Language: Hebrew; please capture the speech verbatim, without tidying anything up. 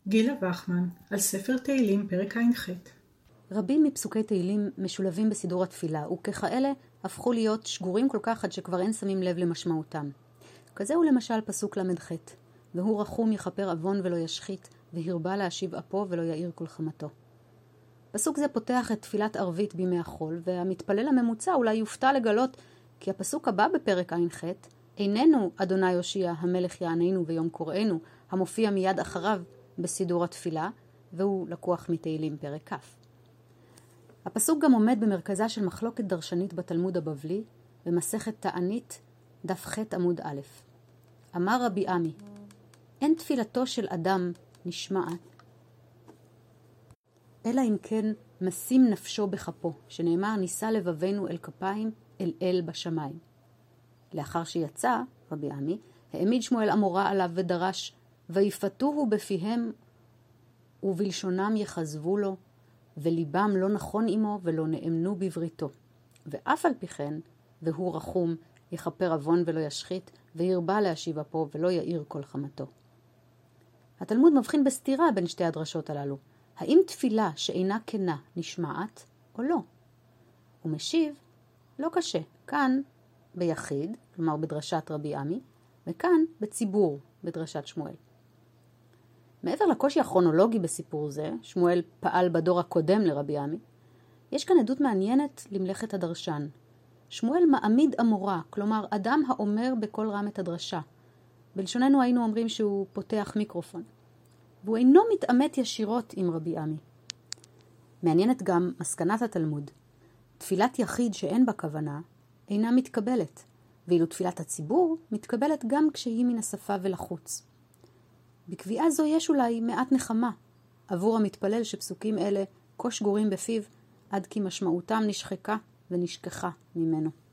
גילה וחמן, על ספר תהילים פרק ע"ח. רבים מפסוקי תהילים משולבים בסידור התפילה, וככאלה הפכו להיות שגורים כל כך עד שכבר אין שמים לב למשמעותם. כזה הוא למשל פסוק למ"ח, והוא רחום יכפר עוון ולא ישחית, והרבה להשיב אפו ולא יאיר כל חמתו. פסוק זה פותח את תפילת ערבית בימי החול, והמתפלל הממוצע אולי יופתע לגלות כי הפסוק הבא בפרק ע"ח איננו אדוני יושיע המלך יעננו ויום קוראנו, המופיע מיד אחריו בסידור התפילה, והוא לקוח מתהילים פרק כ'. הפסוק גם עומד במרכזה של מחלוקת דרשנית בתלמוד הבבלי, במסכת תענית דף ח' עמוד א'. אמר רבי עמי, אין תפילתו של אדם נשמעת, אלא אם כן משים נפשו בכפו, שנאמר נישא לבבינו אל כפיים אל אל בשמיים. לאחר שיצא, רבי עמי, העמיד שמואל אמורה עליו ודרש, ויפתוהו בפיהם ובלשונם יחזבו לו, וליבם לא נכון עמו ולא נאמנו בבריתו. ואף על פי כן, והוא רחום, יכפר עוון ולא ישחית, וירבה להשיב אפו ולא יאיר כל חמתו. התלמוד מבחין בסתירה בין שתי הדרשות הללו. האם תפילה שאינה כנה נשמעת או לא? הוא משיב, לא קשה. כאן ביחיד, כלומר בדרשת רבי עמי, וכאן בציבור, בדרשת שמואל. מעבר לקושי הכרונולוגי בסיפור זה, שמואל פעל בדור הקודם לרבי עמי, יש כאן עדות מעניינת למלאכת הדרשן. שמואל מעמיד אמורה, כלומר אדם האומר בקול רם את הדרשה. בלשוננו היינו אומרים שהוא פותח מיקרופון. והוא אינו מתעמת ישירות עם רבי עמי. מעניינת גם מסקנת התלמוד. תפילת יחיד שאין בה כוונה אינה מתקבלת, ואילו תפילת הציבור מתקבלת גם כשהיא מן השפה ולחוץ. בקביעה זו יש אולי מעט נחמה עבור המתפלל שפסוקים אלה כה שגורים בפיו עד כי משמעותם נשחקה ונשכחה ממנו.